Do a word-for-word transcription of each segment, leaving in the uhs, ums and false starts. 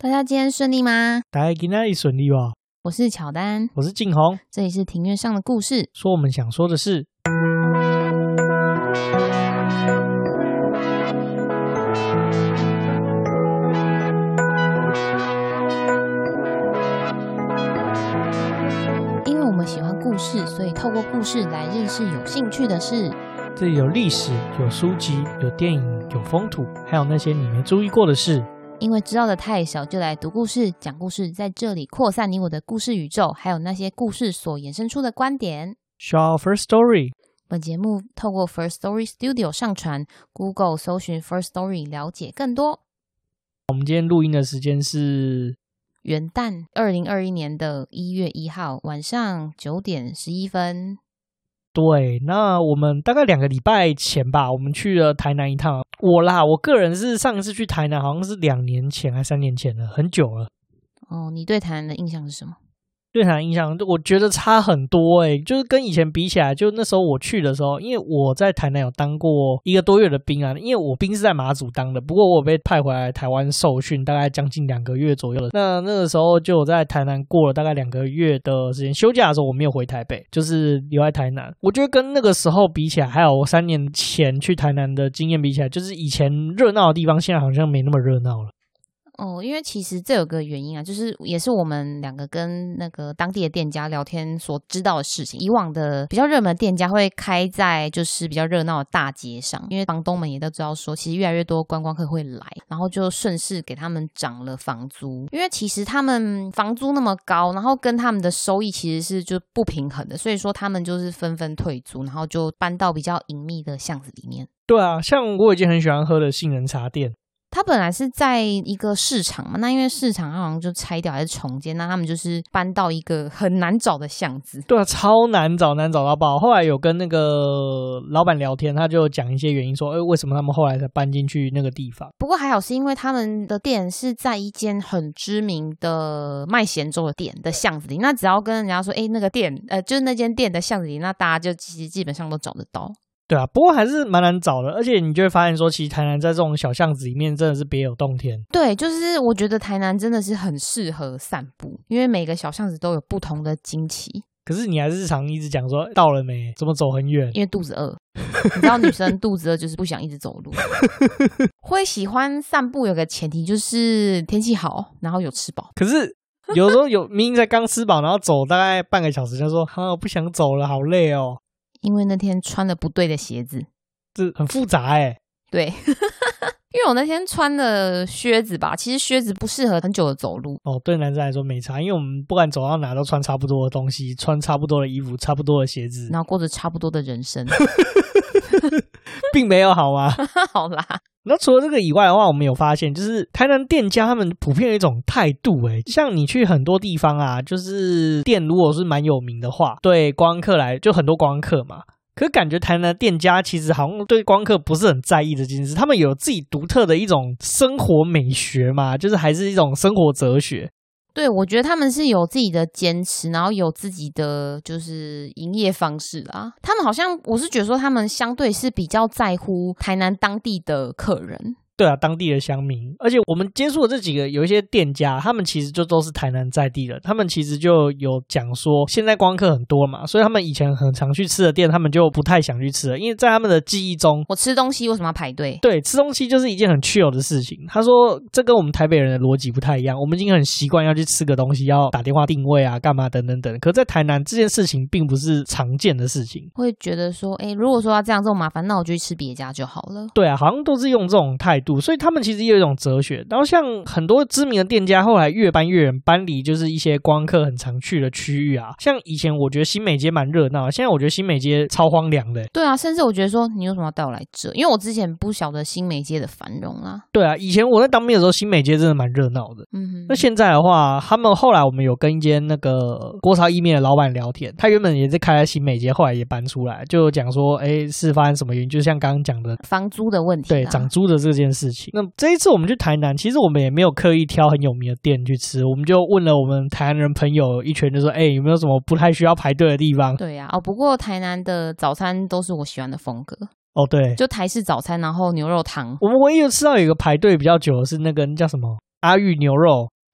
大家今天顺利吗？ 大家今天顺利吧？ 我是巧丹， 我是静红， 这里是庭院上的故事， 说我们想说的事。 因为我们喜欢故事，所以透过故事来认识有兴趣的事。 这里有历史，有书籍，有电影，有风土，还有那些你没注意过的事。 因为知道的太少，就来读故事、讲故事，在这里扩散你我的故事宇宙，还有那些故事所衍生出的观点。 Share First Story。 本节目透过 First Story Studio 上传 ，Google 搜寻 First Story 了解更多。 我们今天录音的时间是元旦二零二一年的一月一号晚上九点十一分。 对，那我们大概两个礼拜前吧，我们去了台南一趟。我啦，我个人是上一次去台南好像是两年前还三年前了，很久了。 哦，你对台南的印象是什么？ 对台南印象，我觉得差很多诶、欸、就是跟以前比起来，就那时候我去的时候，因为我在台南有当过一个多月的兵啊，因为我兵是在马祖当的，不过我被派回来台湾受训，大概将近两个月左右了。那那个时候就我在台南过了大概两个月的时间，休假的时候我没有回台北，就是留在台南。我觉得跟那个时候比起来，还有我三年前去台南的经验比起来，就是以前热闹的地方，现在好像没那么热闹了。 哦，因为其实这有个原因啊，就是也是我们两个跟那个当地的店家聊天所知道的事情。以往的比较热门的店家会开在就是比较热闹的大街上，因为房东们也都知道说，其实越来越多观光客会来，然后就顺势给他们涨了房租。因为其实他们房租那么高，然后跟他们的收益其实是就不平衡的，所以说他们就是纷纷退租，然后就搬到比较隐秘的巷子里面。 对啊，像我已经很喜欢喝的杏仁茶店。 它本来是在一个市场嘛，那因为市场好像就拆掉还是重建，那他们就是搬到一个很难找的巷子。 对啊，超难找，难找到爆。后来有跟那个老板聊天，他就讲一些原因说，哎，为什么他们后来才搬进去那个地方。 不过还好是因为他们的店是在一间很知名的卖咸粥的店的巷子里，那只要跟人家说，哎，那个店呃，就是那间店的巷子里，那大家就其实基本上都找得到。 对啊，不过还是蛮难找的，而且你就会发现说，其实台南在这种小巷子里面真的是别有洞天。 对，就是我觉得台南真的是很适合散步，因为每个小巷子都有不同的惊奇。 可是你还是常一直讲说到了没，怎么走很远？ 因为肚子饿，你知道女生肚子饿就是不想一直走路。会喜欢散步有个前提就是天气好，然后有吃饱。 可是有时候有明明才刚吃饱，然后走大概半个小时就说啊，我不想走了，好累哦。 因为那天穿了不对的鞋子， 这很复杂哎、欸。 对，因为我那天穿的靴子吧，其实靴子不适合很久的走路。 哦，对男生来说没差，因为我们不管走到哪都穿差不多的东西，穿差不多的衣服，差不多的鞋子， 然后过着差不多的人生。 并没有好吗？ 好啦。 那除了这个以外的话，我们有发现，就是台南店家他们普遍有一种态度，诶，像你去很多地方啊，就是店如果是蛮有名的话，对观光客来就很多观光客嘛。可是感觉台南的店家其实好像对观光客不是很在意这件事，他们有自己独特的一种生活美学嘛，就是还是一种生活哲学。 对，我觉得他们是有自己的坚持，然后有自己的就是营业方式啦。他们好像我是觉得说他们相对是比较在乎台南当地的客人。 对啊，当地的乡民，而且我们接触的这几个有一些店家，他们其实就都是台南在地人，他们其实就有讲说，现在观光客很多嘛，所以他们以前很常去吃的店，他们就不太想去吃了，因为在他们的记忆中， 我吃东西为什么要排队？ 对，吃东西就是一件很 chill 的事情。他说这跟我们台北人的逻辑不太一样，我们已经很习惯要去吃个东西，要打电话定位啊，干嘛等等等。可是在台南这件事情并不是常见的事情， 会觉得说，哎，如果说要这样这么麻烦，那我就去吃别家就好了。 对啊，好像都是用这种态度，所以他们其实也有一种哲学。然后像很多知名的店家后来越搬越远，搬离就是一些观光客很常去的区域啊。像以前我觉得新美街蛮热闹的，现在我觉得新美街超荒凉的。 对啊，甚至我觉得说你为什么要带我来这？因为我之前不晓得新美街的繁荣啦。 对啊，以前我在当兵的时候新美街真的蛮热闹的。 嗯哼。 那现在的话，他们后来我们有跟一间那个锅烧意面的老板聊天，他原本也是开在新美街，后来也搬出来，就讲说哎是发生什么原因，就像刚刚讲的房租的问题。 对，涨租的这件事情。那这一次我们去台南，其实我们也没有刻意挑很有名的店去吃，我们就问了我们台南人朋友一圈，就说哎、欸、有没有什么不太需要排队的地方。 对啊，哦，不过台南的早餐都是我喜欢的风格。 哦，对， 就台式早餐，然后牛肉汤。 我们唯一有吃到有一个排队比较久的是那个叫什么阿裕牛肉，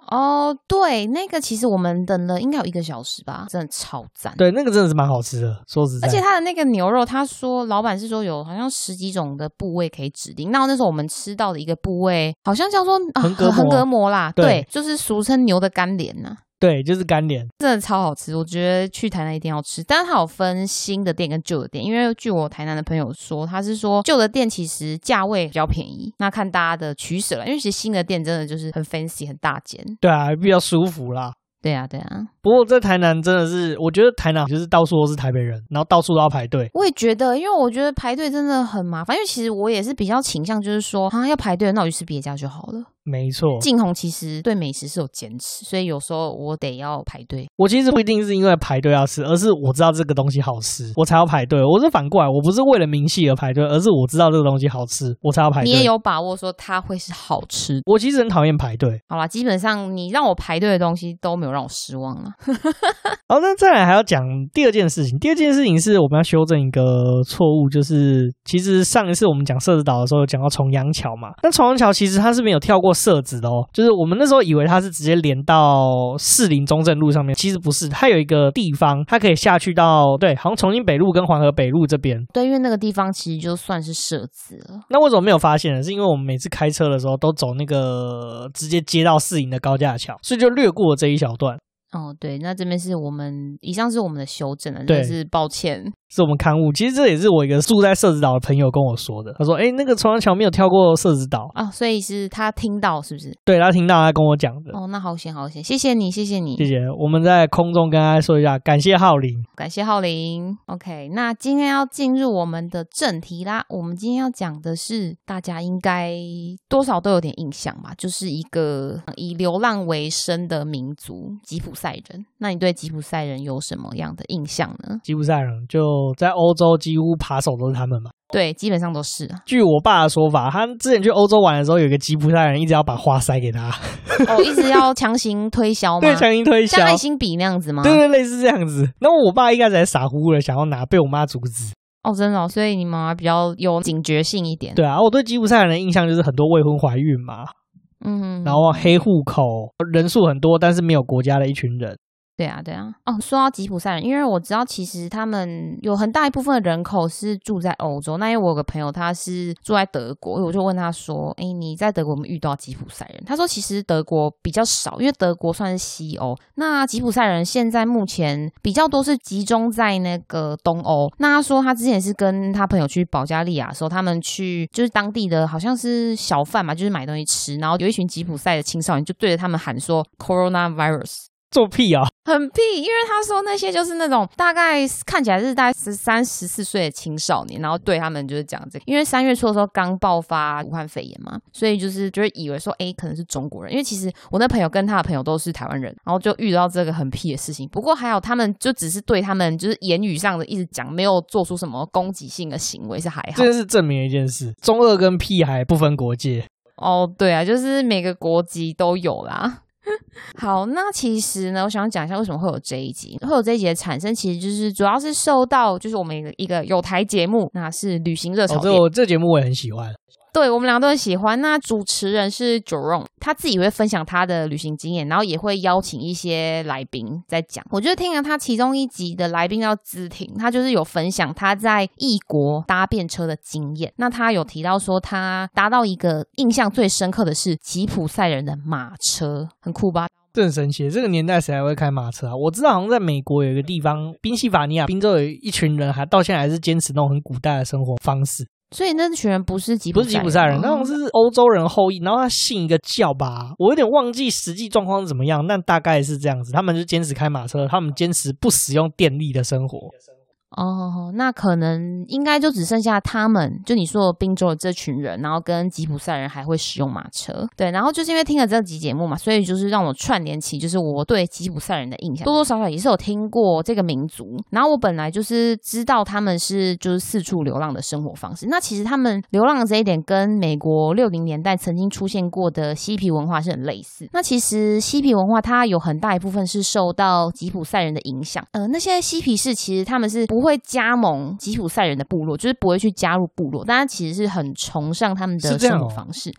哦，对，那个其实我们等了应该有一个小时吧，真的超赞。 对，那个真的是蛮好吃的，说实在。 而且他的那个牛肉，他说老板是说有好像十几种的部位可以指定。那那时候我们吃到的一个部位，好像叫做横膈膜，横膈膜啦，对，对，就是俗称牛的干连呐、啊。 对，就是干连， 真的超好吃，我觉得去台南一定要吃。但是它有分新的店跟旧的店，因为据我台南的朋友说，他是说旧的店其实价位比较便宜，那看大家的取舍了。因为其实新的店真的就是很 fancy 很大间， 对啊，比较舒服啦。 对啊，对啊。 不过在台南真的是，我觉得台南就是到处都是台北人，然后到处都要排队。 我也觉得，因为我觉得排队真的很麻烦。因为其实我也是比较倾向，就是说啊，要排队，那我就吃别家就好了。 没错，晋宏其实对美食是有坚持，所以有时候我得要排队。 我其实不一定是因为排队要吃，而是我知道这个东西好吃，我才要排队。我是反过来，我不是为了名气而排队，而是我知道这个东西好吃，我才要排队。 你也有把握说它会是好吃？ 我其实很讨厌排队。 好啦，基本上你让我排队的东西都没有让我失望了。 好，那再来还要讲第二件事情。第二件事情是我们要修正一个错误，就是其实上一次我们讲社子岛的时候有讲到重阳桥嘛，那重阳桥其实它是没有跳过社子的哦，就是我们那时候以为它是直接连到士林中正路上面，其实不是，它有一个地方它可以下去到，对，好像重庆北路跟环河北路这边。 对，因为那个地方其实就算是社子了。 那为什么没有发现呢？是因为我们每次开车的时候都走那个直接接到士林的高架桥，所以就略过了这一小段。 哦，对，那这边是我们以上是我们的修正了，真的是抱歉。 是我们刊物，其实这也是我一个住在社子岛的朋友跟我说的。他说：“哎、欸，那个重阳桥没有跳过社子岛啊、哦，所以是他听到是不是？ 对，他听到，他跟我讲的。 哦，那好险好险，谢谢你，谢谢你， 谢谢。我们在空中跟大家说一下，感谢浩林， 感谢浩林。OK， 那今天要进入我们的正题啦。我们今天要讲的是大家应该多少都有点印象吧，就是一个以流浪为生的民族——吉普赛人。那你对吉普赛人有什么样的印象呢？ 吉普赛人就在欧洲。几乎扒手都是他们嘛？ 对，基本上都是啊。 据我爸的说法，他之前去欧洲玩的时候，有一个吉普赛人一直要把花塞给他， 哦，一直要强行推销吗？ 对，强行推销， 像爱心笔那样子吗？ 对对，类似这样子。然后我爸一开始还傻乎乎的想要拿，被我妈阻止。 哦，真的、哦，所以你妈妈比较有警觉性一点。 对啊，我对吉普赛人的印象就是很多未婚怀孕嘛，嗯，然后黑户口，人数很多，但是没有国家的一群人。 对啊，对啊。哦，说到吉普赛人，因为我知道其实他们有很大一部分的人口是住在欧洲。那因为我有个朋友他是住在德国，我就问他说：“哎，你在德国有没有遇到吉普赛人？”他说：“其实德国比较少，因为德国算是西欧。那吉普赛人现在目前比较多是集中在那个东欧。那他说他之前是跟他朋友去保加利亚的时候，他们去就是当地的好像是小贩嘛，就是买东西吃，然后有一群吉普赛的青少年就对着他们喊说 ：“Coronavirus。” 做屁啊、哦！ 很屁，因为他说那些就是那种大概看起来是大概十三、十四岁的青少年，然后对他们就是讲这个。因为三月初的时候刚爆发武汉肺炎嘛，所以就是就会以为说，哎，可能是中国人。因为其实我那朋友跟他的朋友都是台湾人，然后就遇到这个很屁的事情。不过还好，他们就只是对他们就是言语上的一直讲，没有做出什么攻击性的行为，是还好。 这是证明一件事：中二跟屁孩不分国界。 哦，对啊，就是每个国籍都有啦。好，那其实呢，我想讲一下为什么会有这一集，会有这一集的产生，其实就是主要是受到就是我们一个一个有台节目，那是旅行热潮店。 哦，这我这节目我也很喜欢。 对，我们两个都很喜欢。那主持人是 Jerome， 他自己会分享他的旅行经验，然后也会邀请一些来宾在讲。我觉得听了他其中一集的来宾叫姿婷，他就是有分享他在异国搭便车的经验。那他有提到说，他搭到一个印象最深刻的是吉普赛人的马车，很酷吧？ 这很神奇，这个年代谁还会开马车啊？我知道好像在美国有一个地方，宾夕法尼亚宾州有一群人，还到现在还是坚持那种很古代的生活方式。 所以那群人不是吉普赛人， 不是吉普赛人，那种是欧洲人后裔，然后他信一个教吧，我有点忘记实际状况是怎么样，但大概是这样子。他们就坚持开马车，他们坚持不使用电力的生活。 哦，那可能应该就只剩下他们，就你说的宾州的这群人，然后跟吉普赛人还会使用马车。对，然后就是因为听了这集节目嘛，所以就是让我串联起就是我对吉普赛人的印象，多多少少也是有听过这个民族。然后我本来就是知道他们是就是四处流浪的生活方式。那其实他们流浪的这一点跟美国六零年代曾经出现过的嬉皮文化是很类似。那其实嬉皮文化它有很大一部分是受到吉普赛人的影响。呃，那些嬉皮士其实他们是不会加盟吉普赛人的部落，就是不会去加入部落，但他其实是很崇尚他们的生活方式。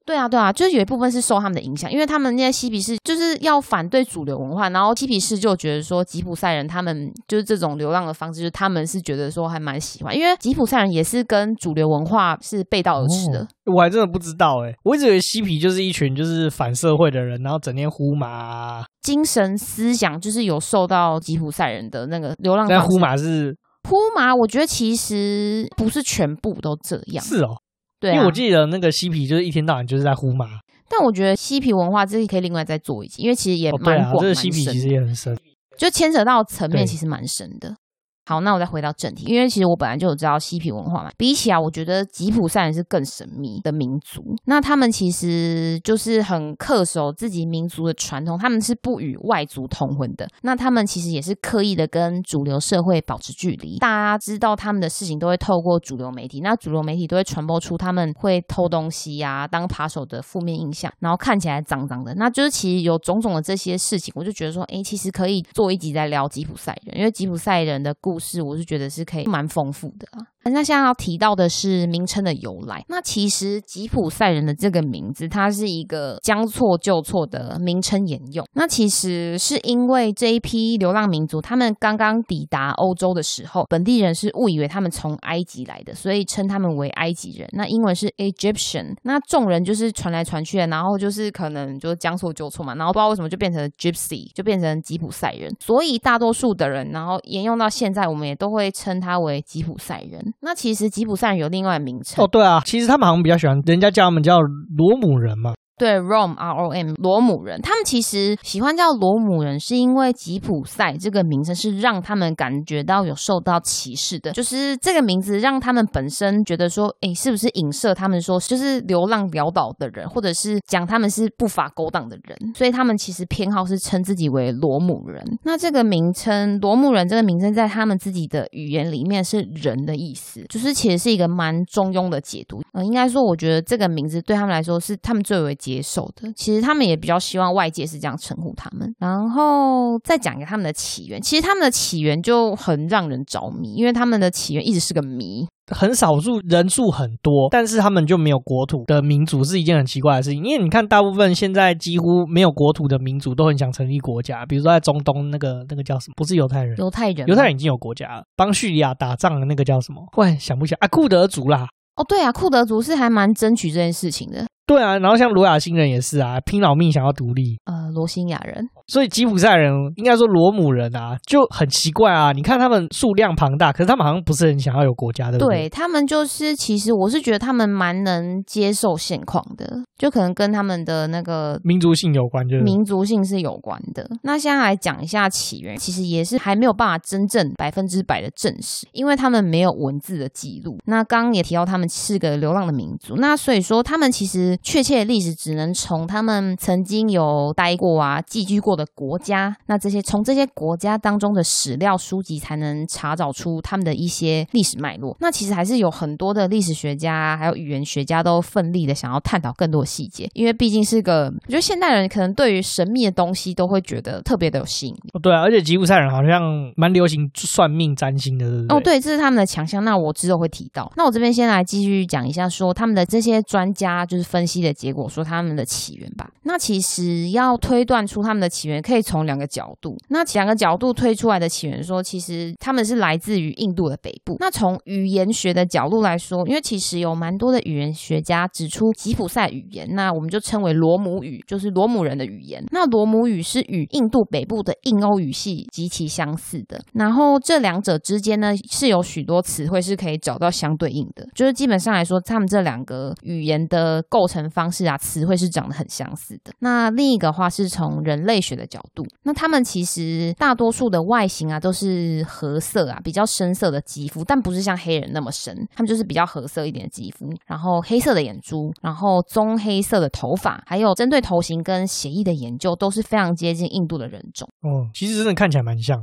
对啊对啊，就是有一部分是受他们的影响，因为他们那些嬉皮士就是要反对主流文化，然后嬉皮士就觉得说吉普赛人他们就是这种流浪的方式，就是他们是觉得说还蛮喜欢，因为吉普赛人也是跟主流文化是背道而驰的。哦， 我还真的不知道欸，我一直以为嬉皮就是一群就是反社会的人，然后整天呼麻啊， 精神思想就是有受到吉普赛人的那个流浪方式。 但呼麻是呼麻，我觉得其实不是全部都这样。 是哦， 对啊， 因为我记得那个嬉皮就是一天到晚就是在呼麻。 但我觉得嬉皮文化这个可以另外再做一集，因为其实也蛮广、 哦、对啊，这个嬉皮其实也很深， 就牵扯到层面其实蛮深的。好，那我再回到正题，因为其实我本来就有知道嬉皮文化嘛，比起来我觉得吉普赛人是更神秘的民族，那他们其实就是很恪守自己民族的传统，他们是不与外族通婚的，那他们其实也是刻意的跟主流社会保持距离，大家知道他们的事情都会透过主流媒体，那主流媒体都会传播出他们会偷东西啊，当扒手的负面印象，然后看起来脏脏的，那就是其实有种种的这些事情，我就觉得说诶，其实可以做一集来聊吉普赛人，因为吉普赛人的故事我是觉得是可以蛮丰富的啊。那现在要提到的是名称的由来，那其实吉普赛人的这个名字它是一个将错就错的名称沿用，那其实是因为这一批流浪民族他们刚刚抵达欧洲的时候，本地人是误以为他们从埃及来的，所以称他们为埃及人，那英文是 Egyptian， 那众人就是传来传去的，然后就是可能就将错就错嘛，然后不知道为什么就变成 Gypsy， 就变成吉普赛人，所以大多数的人然后沿用到现在我们也都会称他为吉普赛人。那其实吉普赛人有另外的名称哦，对啊，其实他们好像比较喜欢人家叫他们叫罗姆人嘛。 对 Rom R O M 罗姆人，他们其实喜欢叫罗姆人是因为吉普赛这个名称是让他们感觉到有受到歧视的，就是这个名字让他们本身觉得说诶，是不是影射他们说就是流浪潦倒的人，或者是讲他们是不法勾当的人，所以他们其实偏好是称自己为罗姆人。那这个名称罗姆人这个名称在他们自己的语言里面是人的意思，就是其实是一个蛮中庸的解读、呃、应该说我觉得这个名字对他们来说是他们最为接受的，其实他们也比较希望外界是这样称呼他们。然后再讲一个他们的起源，其实他们的起源就很让人着迷，因为他们的起源一直是个谜， 很少数人数很多，但是他们就没有国土的民族是一件很奇怪的事情，因为你看大部分现在几乎没有国土的民族都很想成立国家，比如说在中东那个那个叫什么，不是犹太人， 犹太人犹太人已经有国家了，帮叙利亚打仗的那个叫什么，忽然想不起来啊，库德族啦。 哦对啊，库德族是还蛮争取这件事情的。 对啊，然后像罗亚星人也是啊，拼老命想要独立。 呃，罗兴亚人， 所以吉普赛人应该说罗姆人啊，就很奇怪啊。你看他们数量庞大，可是他们好像不是很想要有国家，对不对？ 对，他们就是其实我是觉得他们蛮能接受现况的，就可能跟他们的那个民族性有关，就是民族性是有关的。那现在来讲一下起源，其实也是还没有办法真正百分之百的证实，因为他们没有文字的记录。那刚刚也提到他们是个流浪的民族，那所以说他们其实确切的历史只能从他们曾经有待过啊寄居过的国家，那这些从这些国家当中的史料书籍才能查找出他们的一些历史脉络。那其实还是有很多的历史学家还有语言学家都奋力的想要探讨更多的细节，因为毕竟是个我觉得现代人可能对于神秘的东西都会觉得特别的有吸引力、 哦、对啊，而且吉普赛人好像蛮流行算命占星的，对不对？ 哦对，这是他们的强项，那我之后会提到。那我这边先来继续讲一下说他们的这些专家就是分析的结果，说他们的起源吧。那其实要推断出他们的起源可以从两个角度，那两个角度推出来的起源说其实他们是来自于印度的北部。那从语言学的角度来说，因为其实有蛮多的语言学家指出吉普赛语言，那我们就称为罗姆语，就是罗姆人的语言。那罗姆语是与印度北部的印欧语系极其相似的，然后这两者之间呢是有许多词汇是可以找到相对应的，就是基本上来说他们这两个语言的构成方式啊词汇是长得很相似的。那另一个话是从人类学的角度，那他们其实大多数的外形啊都是褐色啊比较深色的肌肤，但不是像黑人那么深，他们就是比较褐色一点的肌肤，然后黑色的眼珠，然后棕黑色的头发，还有针对头型跟血液的研究都是非常接近印度的人种。 哦，其实真的看起来蛮像的、啊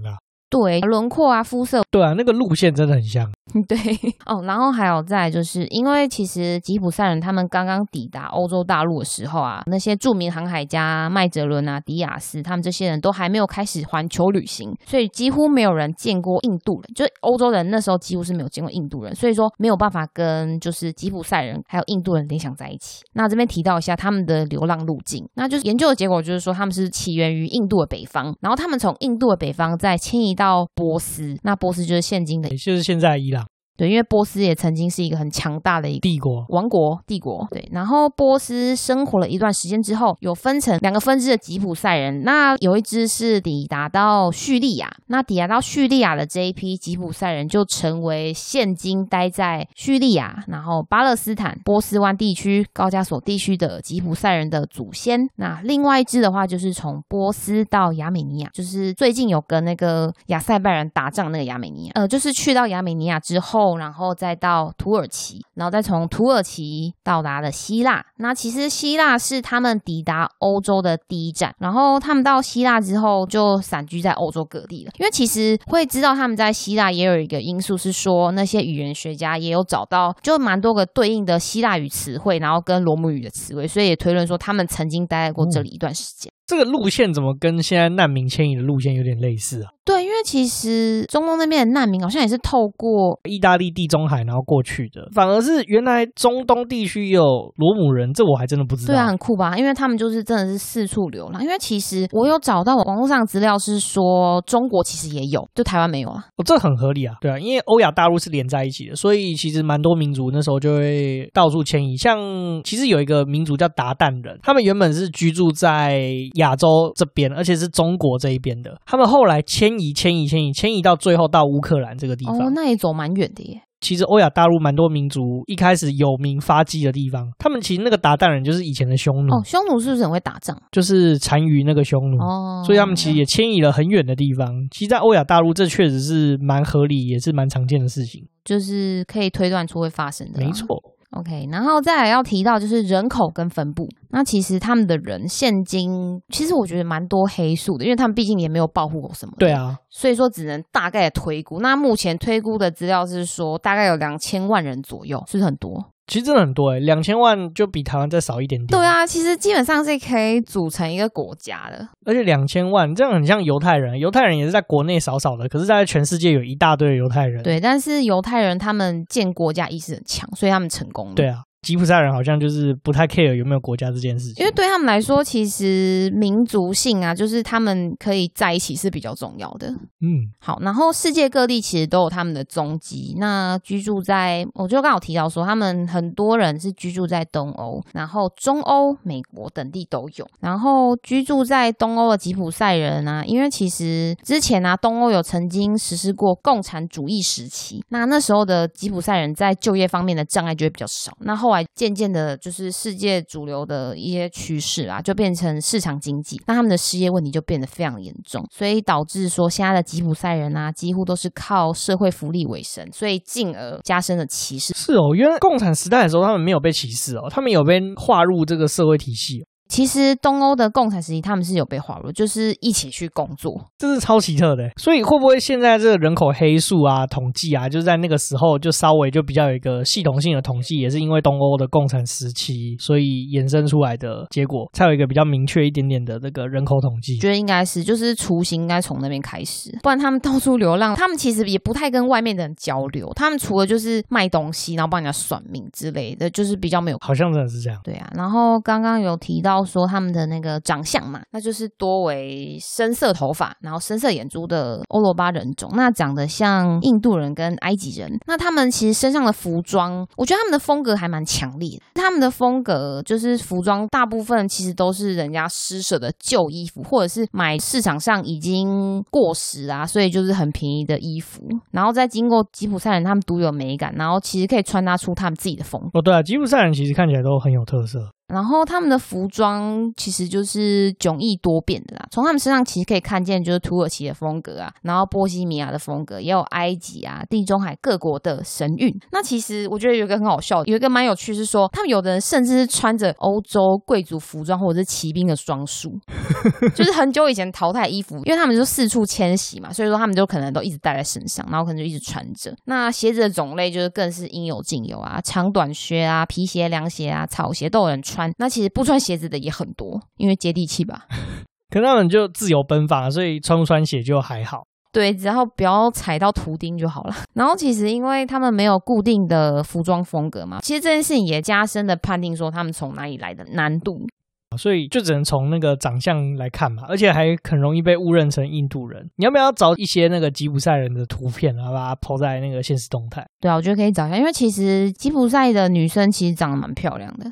对，轮廓啊，肤色， 对啊，那个路线真的很像。 对哦，然后还有再来就是因为其实吉普赛人他们刚刚抵达欧洲大陆的时候啊，那些著名航海家麦哲伦啊、迪亚斯他们这些人都还没有开始环球旅行，所以几乎没有人见过印度人，就是欧洲人那时候几乎是没有见过印度人，所以说没有办法跟就是吉普赛人还有印度人联想在一起。那这边提到一下他们的流浪路径，那就是研究的结果就是说他们是起源于印度的北方，然后他们从印度的北方再迁移到波斯，那波斯就是现今的， 也就是现在的伊朗。 对，因为波斯也曾经是一个很强大的一个帝国王国帝国。对，然后波斯生活了一段时间之后，有分成两个分支的吉普赛人，那有一支是抵达到叙利亚，那抵达到叙利亚的这一批吉普赛人就成为现今待在叙利亚，然后巴勒斯坦、波斯湾地区、高加索地区的吉普赛人的祖先。那另外一支的话就是从波斯到亚美尼亚，就是最近有跟那个亚塞拜然打仗那个亚美尼亚，呃，就是去到亚美尼亚之后，然后再到土耳其，然后再从土耳其到达了希腊。那其实希腊是他们抵达欧洲的第一站，然后他们到希腊之后就散居在欧洲各地了。因为其实会知道他们在希腊也有一个因素是说，那些语言学家也有找到就蛮多个对应的希腊语词汇，然后跟罗姆语的词汇，所以也推论说他们曾经待过这里一段时间。 这个路线怎么跟现在难民迁移的路线有点类似啊？ 对，因为其实中东那边的难民好像也是透过意大利地中海然后过去的，反而是原来中东地区有罗姆人，这我还真的不知道。 对啊，很酷吧？因为他们就是真的是四处流浪。因为其实我有找到网络上的资料是说中国其实也有，就台湾没有啊。 哦，这很合理啊。对啊，因为欧亚大陆是连在一起的，所以其实蛮多民族那时候就会到处迁移。像其实有一个民族叫鞑靼人，他们原本是居住在亚洲这边，而且是中国这一边的，他们后来迁移迁移迁移迁移到最后到乌克兰这个地方。 哦，那也走蛮远的耶。 其实欧亚大陆蛮多民族一开始有名发迹的地方，他们其实那个鞑靼人就是以前的匈奴。 哦，匈奴是不是很会打仗？ 就是单于那个匈奴。哦，所以他们其实也迁移了很远的地方。其实在欧亚大陆这确实是蛮合理也是蛮常见的事情， 就是可以推断出会发生的。 没错。 OK， 然后再来要提到就是人口跟分布。那其实他们的人现今其实我觉得蛮多黑数的，因为他们毕竟也没有报户口什么的。 对啊， 所以说只能大概的推估。那目前推估的资料是说大概有两千万人左右，是不是很多？ 其实真的很多欸，两千万就比台湾再少一点点。 对啊，其实基本上是可以组成一个国家的。 而且两千万这样很像犹太人，犹太人也是在国内少少的，可是在全世界有一大堆犹太人。 对，但是犹太人他们建国家意识很强，所以他们成功了。 对啊。吉普赛人好像就是不太 care 有没有国家这件事情， 因为对他们来说其实民族性啊，就是他们可以在一起是比较重要的。嗯，好，然后世界各地其实都有他们的踪迹。那居住在我就刚好提到说他们很多人是居住在东欧，然后中欧、美国等地都有。然后居住在东欧的吉普赛人啊，因为其实之前啊东欧有曾经实施过共产主义时期，那那时候的吉普赛人在就业方面的障碍就会比较少。那后来渐渐的就是世界主流的一些趋势啊，就变成市场经济，那他们的失业问题就变得非常严重，所以导致说现在的吉普赛人啊几乎都是靠社会福利为生，所以进而加深了歧视。 是哦，原来共产时代的时候他们没有被歧视哦，他们有被划入这个社会体系。 其实东欧的共产时期他们是有被划入，就是一起去工作， 这是超奇特的。所以会不会现在这个人口黑数啊统计啊，就在那个时候就稍微就比较有一个系统性的统计，也是因为东欧的共产时期所以衍生出来的结果，才有一个比较明确一点点的这个人口统计。 觉得应该是就是雏形应该从那边开始，不然他们到处流浪，他们其实也不太跟外面的人交流，他们除了就是卖东西然后帮人家算命之类的，就是比较没有。 好像真的是这样。 对啊，然后刚刚有提到说他们的那个长相嘛，那就是多为深色头发然后深色眼珠的欧罗巴人种，那长得像印度人跟埃及人。那他们其实身上的服装我觉得他们的风格还蛮强烈的，他们的风格就是服装大部分其实都是人家施舍的旧衣服，或者是买市场上已经过时啊，所以就是很便宜的衣服，然后再经过吉普赛人他们独有美感，然后其实可以穿搭出他们自己的风格。 哦，对啊，吉普赛人其实看起来都很有特色。 然后他们的服装其实就是迥异多变的啦，从他们身上其实可以看见就是土耳其的风格啊，然后波西米亚的风格，也有埃及啊、地中海各国的神韵。那其实我觉得有一个很好笑，有一个蛮有趣是说，他们有的人甚至是穿着欧洲贵族服装或者是骑兵的装束，就是很久以前淘汰衣服，因为他们就四处迁徙嘛，所以说他们就可能都一直带在身上，然后可能就一直穿着。那鞋子的种类就是更是应有尽有啊，长短靴啊、皮鞋、凉鞋啊、草鞋都有人穿。那其实不穿鞋子的也很多，因为接地气吧。 可他们就自由奔放，所以穿不穿鞋就还好。 对，只要不要踩到图钉就好了。然后其实因为他们没有固定的服装风格嘛，其实这件事情也加深的判定说他们从哪里来的难度。 所以就只能从那个长相来看嘛，而且还很容易被误认成印度人。你要不要找一些那个吉普赛人的图片，然后把它 po 在那个现实动态？ 对啊，我觉得可以找一下，因为其实吉普赛的女生其实长得蛮漂亮的。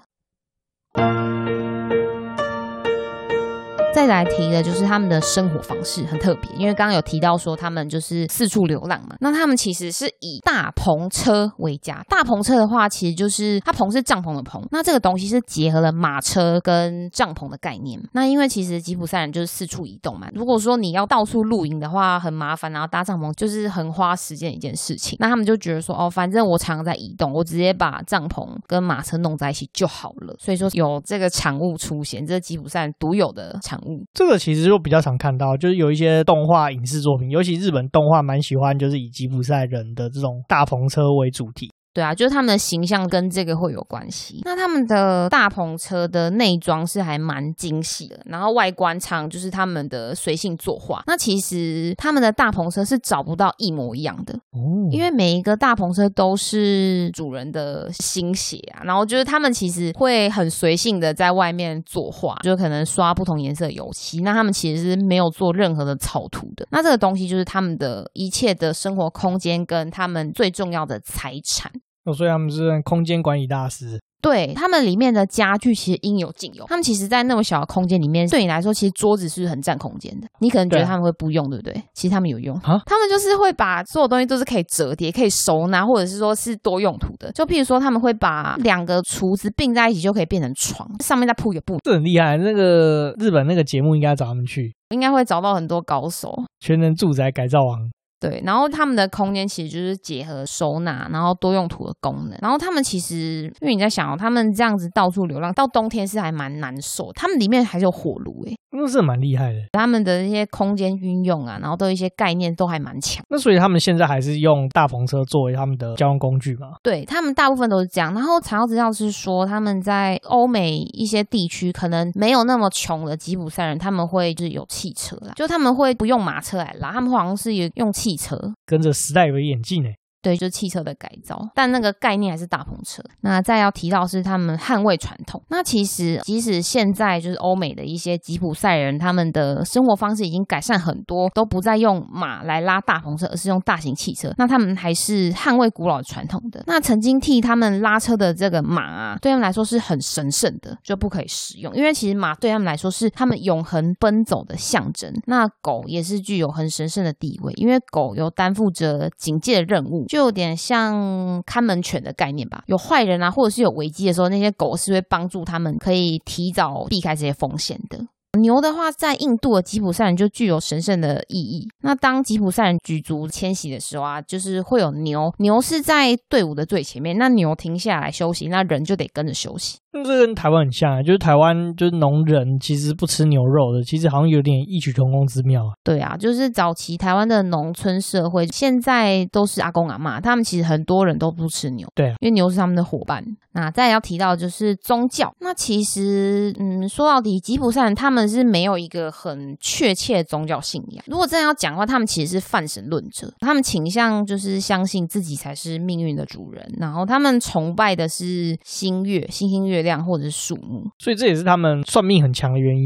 再来提的就是他们的生活方式很特别，因为刚刚有提到说他们就是四处流浪嘛，那他们其实是以大篷车为家。大篷车的话其实就是它篷是帐篷的篷，那这个东西是结合了马车跟帐篷的概念。那因为其实吉普赛人就是四处移动嘛，如果说你要到处露营的话很麻烦，然后搭帐篷就是很花时间的一件事情，那他们就觉得说哦，反正我常常在移动，我直接把帐篷跟马车弄在一起就好了，所以说有这个产物出现，这是吉普赛人独有的产物。 这个其实就比较常看到，就是有一些动画影视作品，尤其日本动画蛮喜欢就是以吉普赛人的这种大篷车为主题。 对啊，就是他们的形象跟这个会有关系。那他们的大篷车的内装是还蛮精细的，然后外观常就是他们的随性作画。那其实他们的大篷车是找不到一模一样的，哦，因为每一个大篷车都是主人的心血啊。然后就是他们其实会很随性的在外面作画，就可能刷不同颜色的油漆。那他们其实是没有做任何的草图的。那这个东西就是他们的一切的生活空间跟他们最重要的财产。 哦，所以他们是空间管理大师。 对，他们里面的家具其实应有尽有。他们其实在那么小的空间里面，对你来说其实桌子是很占空间的。你可能觉得他们会不用， 对, 对不对？其实他们有用。他们就是会把所有东西都是可以折叠可以收纳，或者是说是多用途的。就譬如说他们会把两个厨子并在一起就可以变成床，上面再铺一个布。 这很厉害，那个日本那个节目应该找他们去， 应该会找到很多高手。 全能住宅改造王。 对，然后他们的空间其实就是结合收纳然后多用途的功能。然后他们其实因为你在想哦，他们这样子到处流浪到冬天是还蛮难受，他们里面还是有火炉耶， 那是蛮厉害的。 他们的一些空间运用啊，然后都一些概念都还蛮强。 那所以他们现在还是用大篷车作为他们的交通工具吗？ 对，他们大部分都是这样。然后查到资料是说他们在欧美一些地区可能没有那么穷的吉普赛人，他们会就是有汽车啦，就他们会不用马车来拉，他们好像是用汽车， 跟着时代有演进耶。 对，就是汽车的改造，但那个概念还是大篷车。那再要提到是他们捍卫传统。那其实即使现在就是欧美的一些吉普赛人，他们的生活方式已经改善很多，都不再用马来拉大篷车，而是用大型汽车。那他们还是捍卫古老的传统的。那曾经替他们拉车的这个马啊，对他们来说是很神圣的，就不可以使用，因为其实马对他们来说是他们永恒奔走的象征。那狗也是具有很神圣的地位，因为狗有担负着警戒的任务，就有点像看门犬的概念吧。有坏人啊，或者是有危机的时候，那些狗是会帮助他们可以提早避开这些风险的。牛的话，在印度的吉普赛人就具有神圣的意义。那当吉普赛人举族迁徙的时候啊，就是会有牛，牛是在队伍的最前面，那牛停下来休息，那人就得跟着休息。 那这跟台湾很像啊，就是台湾就是农人其实不吃牛肉的，其实好像有点异曲同工之妙啊。 对啊，就是早期台湾的农村社会，现在都是阿公阿嬷，他们其实很多人都不吃牛， 对啊， 因为牛是他们的伙伴。那再来要提到就是宗教，那其实嗯，说到底吉普赛人他们是没有一个很确切的宗教信仰。如果真的要讲的话，他们其实是泛神论者，他们倾向就是相信自己才是命运的主人，然后他们崇拜的是星月、星星月亮或者是树木， 所以这也是他们算命很强的原因咯。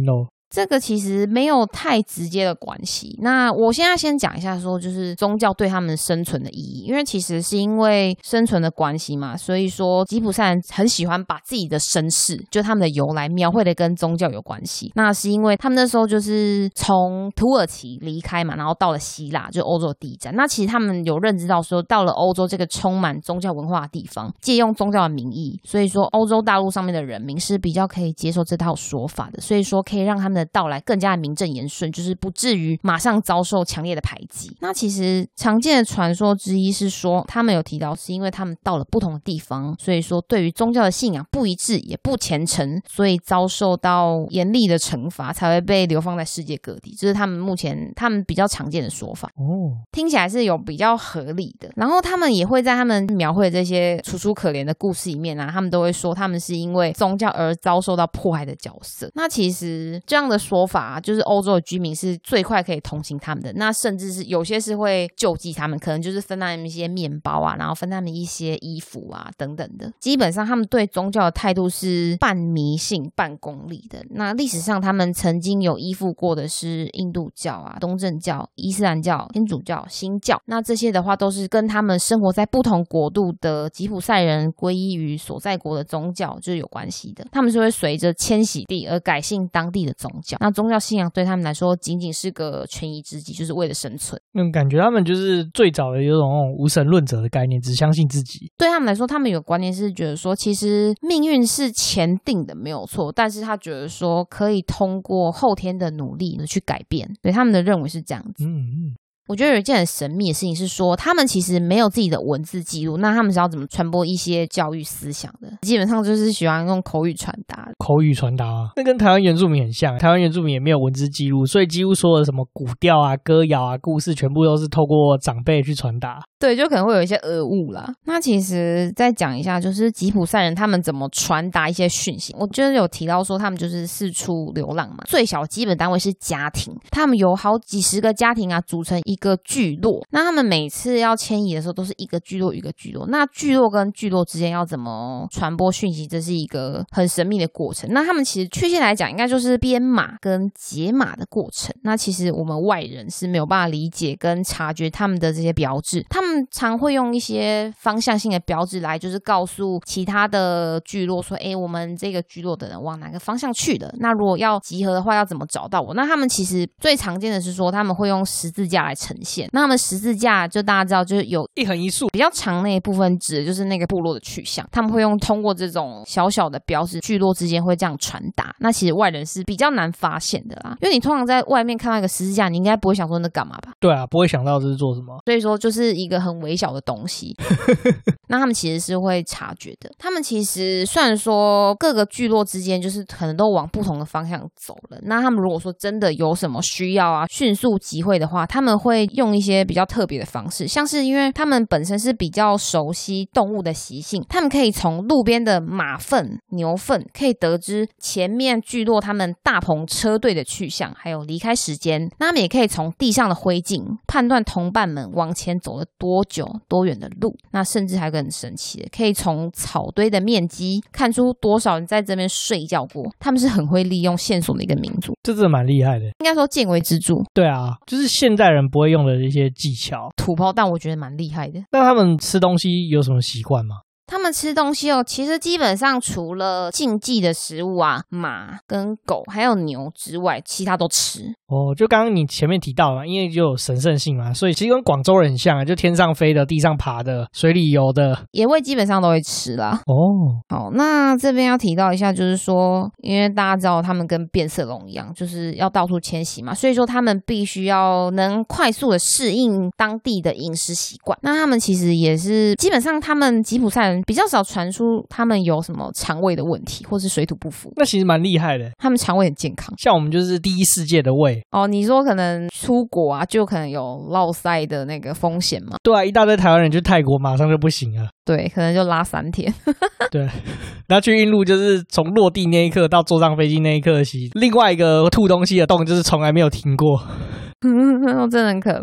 这个其实没有太直接的关系。那我现在先讲一下说就是宗教对他们生存的意义，因为其实是因为生存的关系嘛，所以说吉普赛人很喜欢把自己的身世就他们的由来描绘的跟宗教有关系。那是因为他们那时候就是从土耳其离开嘛，然后到了希腊，就欧洲的第一站。那其实他们有认知到说到了欧洲这个充满宗教文化的地方，借用宗教的名义，所以说欧洲大陆上面的人民是比较可以接受这套说法的，所以说可以让他们的到来更加的名正言顺，就是不至于马上遭受强烈的排挤。那其实常见的传说之一是说他们有提到是因为他们到了不同的地方，所以说对于宗教的信仰不一致也不虔诚，所以遭受到严厉的惩罚，才会被流放在世界各地。这是他们目前他们比较常见的说法哦，听起来是有比较合理的。然后他们也会在他们描绘这些楚楚可怜的故事里面啊，他们都会说他们是因为宗教而遭受到迫害的角色。那其实这样的说法啊，就是欧洲的居民是最快可以同情他们的，那甚至是有些是会救济他们，可能就是分他们一些面包啊，然后分他们一些衣服啊等等的。基本上他们对宗教的态度是半迷信半功利的。那历史上他们曾经有依附过的是印度教啊、东正教、伊斯兰教、天主教、新教，那这些的话都是跟他们生活在不同国度的吉普赛人皈依于所在国的宗教就是有关系的。他们是会随着迁徙地而改信当地的宗教，那宗教信仰对他们来说仅仅是个权宜之计，就是为了生存。 嗯，感觉他们就是最早的有种那种无神论者的概念，只相信自己。 对他们来说，他们有个观念是觉得说其实命运是前定的没有错，但是他觉得说可以通过后天的努力去改变，对他们的认为是这样子。嗯嗯，我觉得有一件很神秘的事情是说他们其实没有自己的文字记录，那他们是要怎么传播一些教育思想的？基本上就是喜欢用口语传达的。 口语传达啊，那跟台湾原住民很像，台湾原住民也没有文字记录，所以几乎所有的什么古调啊、歌谣啊、故事全部都是透过长辈去传达。 对，就可能会有一些讹误啦。那其实再讲一下就是吉普赛人他们怎么传达一些讯息。我觉得有提到说他们就是四处流浪嘛，最小基本单位是家庭，他们有好几十个家庭啊组成一个聚落，那他们每次要迁移的时候都是一个聚落一个聚落，那聚落跟聚落之间要怎么传播讯息，这是一个很神秘的过程。那他们其实确切来讲应该就是编码跟解码的过程，那其实我们外人是没有办法理解跟察觉他们的这些标志，他们常会用一些方向性的标志来就是告诉其他的聚落说诶我们这个聚落的人往哪个方向去的，那如果要集合的话要怎么找到我。那他们其实最常见的是说他们会用十字架来呈现，那他们十字架就大家知道就是有一横一竖， 比较长那一部分指的就是那个部落的去向，他们会用通过这种小小的标志聚落之间会这样传达，那其实外人是比较难发现的啦，因为你通常在外面看到一个十字架你应该不会想说那干嘛吧。 对啊，不会想到这是做什么， 所以说就是一个很微小的东西那他们其实是会察觉的。他们其实虽然说各个聚落之间就是可能都往不同的方向走了，那他们如果说真的有什么需要啊迅速集会的话，他们会用一些比较特别的方式，像是因为他们本身是比较熟悉动物的习性，他们可以从路边的马粪牛粪可以得知前面聚落他们大棚车队的去向还有离开时间，那他们也可以从地上的灰烬判断同伴们往前走了多久多远的路，那甚至还有个很神奇的，可以从草堆的面积看出多少人在这边睡觉过，他们是很会利用线索的一个民族， 这真的蛮厉害的， 应该说见微知著。 对啊，就是现代人不会用的一些技巧土炮，但我觉得蛮厉害的。 那他们吃东西有什么习惯吗？ 他们吃东西哦，其实基本上除了禁忌的食物啊，马跟狗还有牛之外，其他都吃。 哦，就刚刚你前面提到嘛，因为就有神圣性嘛，所以其实跟广州人很像啊，就天上飞的、地上爬的、水里游的， 野味基本上都会吃啦。 哦， 好，那这边要提到一下，就是说，因为大家知道他们跟变色龙一样，就是要到处迁徙嘛，所以说他们必须要能快速的适应当地的饮食习惯。那他们其实也是基本上，他们吉普赛人比较少传出他们有什么肠胃的问题，或是水土不服。 那其实蛮厉害的， 他们肠胃很健康。 像我们就是第一世界的胃。 哦，你说可能出国啊，就可能有落塞的那个风险嘛？ 对啊，一大堆台湾人去泰国马上就不行了。 对，可能就拉三天。 对，然后去印度就是从落地那一刻到坐上飞机那一刻起，另外一个吐东西的洞就是从来没有停过。 真的很可怕。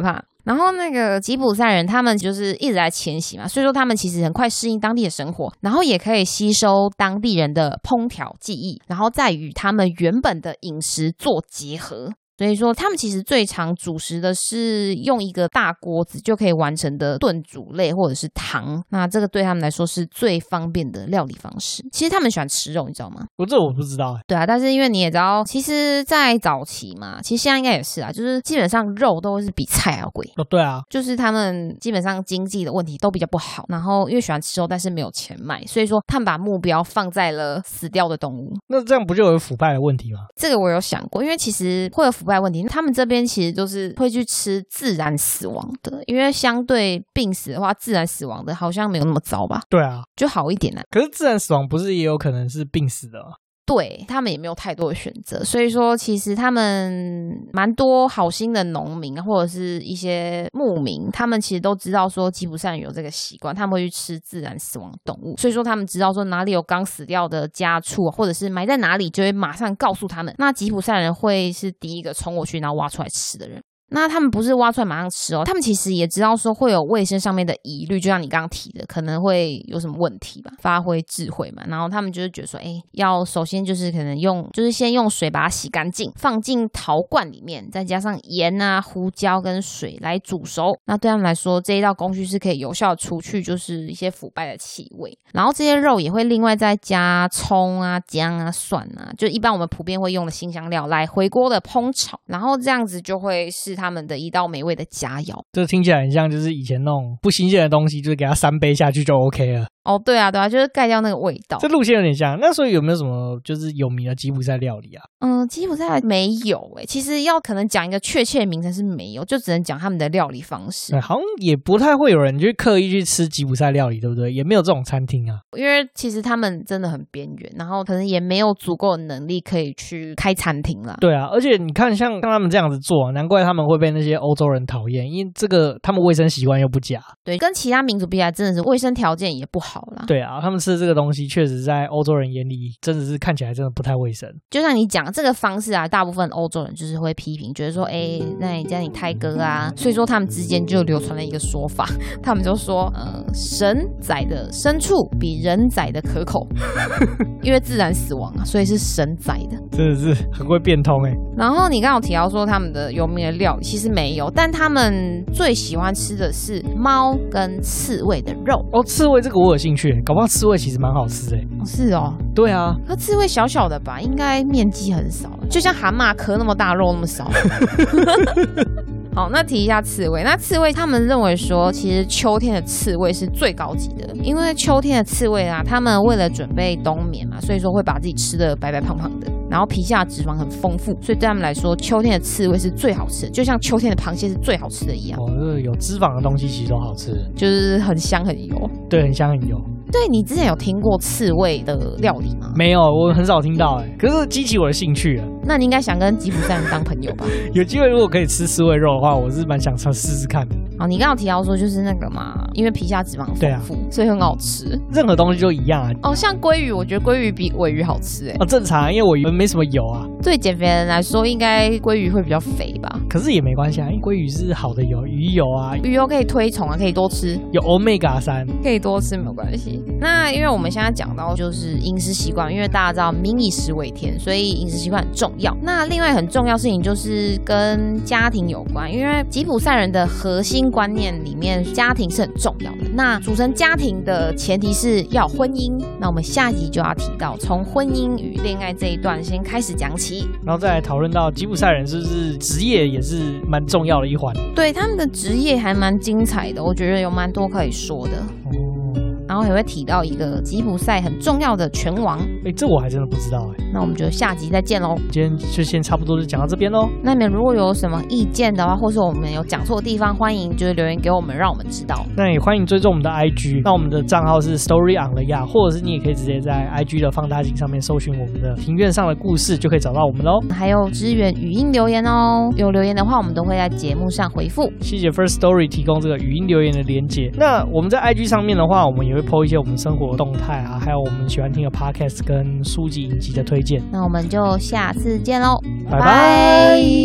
然后那个吉普赛人他们就是一直在迁徙嘛，所以说他们其实很快适应当地的生活，然后也可以吸收当地人的烹调技艺，然后再与他们原本的饮食做结合。所以说他们其实最常主食的是用一个大锅子就可以完成的炖煮类或者是汤，那这个对他们来说是最方便的料理方式。其实他们喜欢吃肉，你知道吗？ 我这我不知道、欸、 对啊，但是因为你也知道，其实在早期嘛，其实现在应该也是啊，就是基本上肉都是比菜还要贵。 哦，对啊， 就是他们基本上经济的问题都比较不好，然后因为喜欢吃肉但是没有钱买，所以说他们把目标放在了死掉的动物。 那这样不就有腐败的问题吗？ 这个我有想过，因为其实会有腐败问题，他们这边其实都是会去吃自然死亡的，因为相对病死的话，自然死亡的好像没有那么糟吧？ 对啊， 就好一点啊。 可是自然死亡不是也有可能是病死的吗？ 对，他们也没有太多的选择，所以说其实他们蛮多好心的农民或者是一些牧民，他们其实都知道说吉普赛人有这个习惯，他们会去吃自然死亡的动物，所以说他们知道说哪里有刚死掉的家畜或者是埋在哪里，就会马上告诉他们，那吉普赛人会是第一个冲过去然后挖出来吃的人。那他们不是挖出来马上吃哦，他们其实也知道说会有卫生上面的疑虑，就像你刚刚提的可能会有什么问题吧，发挥智慧嘛，然后他们就是觉得说哎，要首先就是可能用就是先用水把它洗干净，放进陶罐里面，再加上盐啊胡椒跟水来煮熟，那对他们来说这一道工序是可以有效除去就是一些腐败的气味，然后这些肉也会另外再加葱啊姜啊蒜啊，就一般我们普遍会用的辛香料来回锅的烹炒，然后这样子就会是他们的一道美味的佳肴。 这听起来很像就是以前那种不新鲜的东西，就是给它三杯下去就 OK 了。 哦，对啊对啊，就是盖掉那个味道。 这路线有点像。那所以有没有什么就是有名的吉普赛料理啊？ 嗯，吉普赛没有诶、欸，其实要可能讲一个确切的名称是没有，就只能讲他们的料理方式。 好像也不太会有人去刻意去吃吉普赛料理，对不对？也没有这种餐厅啊。 因为其实他们真的很边缘，然后可能也没有足够的能力可以去开餐厅啦。 对啊，而且你看像他们这样子做，难怪他们会被那些欧洲人讨厌，因为这个他们卫生习惯又不佳。 对，跟其他民族比起来，真的是卫生条件也不好啦。 对啊，他们吃的这个东西确实在欧洲人眼里真的是看起来真的不太卫生。 就像你讲这个方式啊，大部分欧洲人就是会批评，觉得说哎，那你这样你太割啊，所以说他们之间就流传了一个说法，他们就说呃，神宰的牲畜比人宰的可口因为自然死亡啊，所以是神宰的， 真的是很会变通欸。 然后你刚刚有提到说他们的有名的料理其实没有，但他们最喜欢吃的是猫跟刺猬的肉。 哦，刺猬这个我有兴趣，搞不好刺猬其实蛮好吃欸。 哦，是哦。 对啊， 可刺猬小小的吧，应该面积很少，就像蛤蟆壳那么大，肉那么少好，那提一下刺猬。那刺猬他们认为说，其实秋天的刺猬是最高级的，因为秋天的刺猬啊，他们为了准备冬眠嘛，所以说会把自己吃的白白胖胖的，然后皮下脂肪很丰富，所以对他们来说，秋天的刺猬是最好吃的，就像秋天的螃蟹是最好吃的一样。 哦，这个有脂肪的东西其实都好吃， 就是很香很油。 对，很香很油。 对，你之前有听过刺猬的料理吗？ 没有，我很少听到哎，可是激起我的兴趣了。 那你应该想跟吉普赛人当朋友吧？ 有机会如果可以吃刺猬肉的话，我是蛮想尝试试看的。 好，你刚刚有提到说就是那个嘛，因为皮下脂肪丰富、啊，所以很好吃。 任何东西就一样啊。 哦，像鲑鱼，我觉得鲑鱼比尾鱼好吃哎。 哦，正常，因为尾鱼没什么油啊。 对减肥的人来说，应该鲑鱼会比较肥吧？ 可是也没关系啊，因为鲑鱼是好的油，鱼油啊， 鱼油可以推崇啊，可以多吃， 有 omega 三， 可以多吃没有关系。那因为我们现在讲到就是饮食习惯，因为大家知道民以食为天，所以饮食习惯很重要。那另外很重要的事情就是跟家庭有关，因为吉普赛人的核心观念里面，家庭是很重要的。那组成家庭的前提是要有婚姻。那我们下集就要提到从婚姻与恋爱这一段先开始讲起， 然后再来讨论到吉普赛人是不是职业也是蛮重要的一环。 对，他们的职业还蛮精彩的，我觉得有蛮多可以说的。哦，然后也会提到一个吉普赛很重要的拳王。 哎，这我还真的不知道哎。 那我们就下集再见喽。 今天就先差不多就讲到这边喽。 那你们如果有什么意见的话，或是我们有讲错的地方，欢迎就是留言给我们，让我们知道。 那也欢迎追踪我们的 I G， 那我们的账号是 Story on the Yard， 或者是你也可以直接在 I G 的放大镜上面搜寻我们的庭院上的故事，就可以找到我们喽。 还有支援语音留言哦，有留言的话，我们都会在节目上回复。 谢谢 First Story 提供这个语音留言的连结。那我们在 I G 上面的话，我们也会 po 一些我们生活动态啊，还有我们喜欢听的 podcast 跟书籍影集的推荐。 那我们就下次见喽， 拜拜。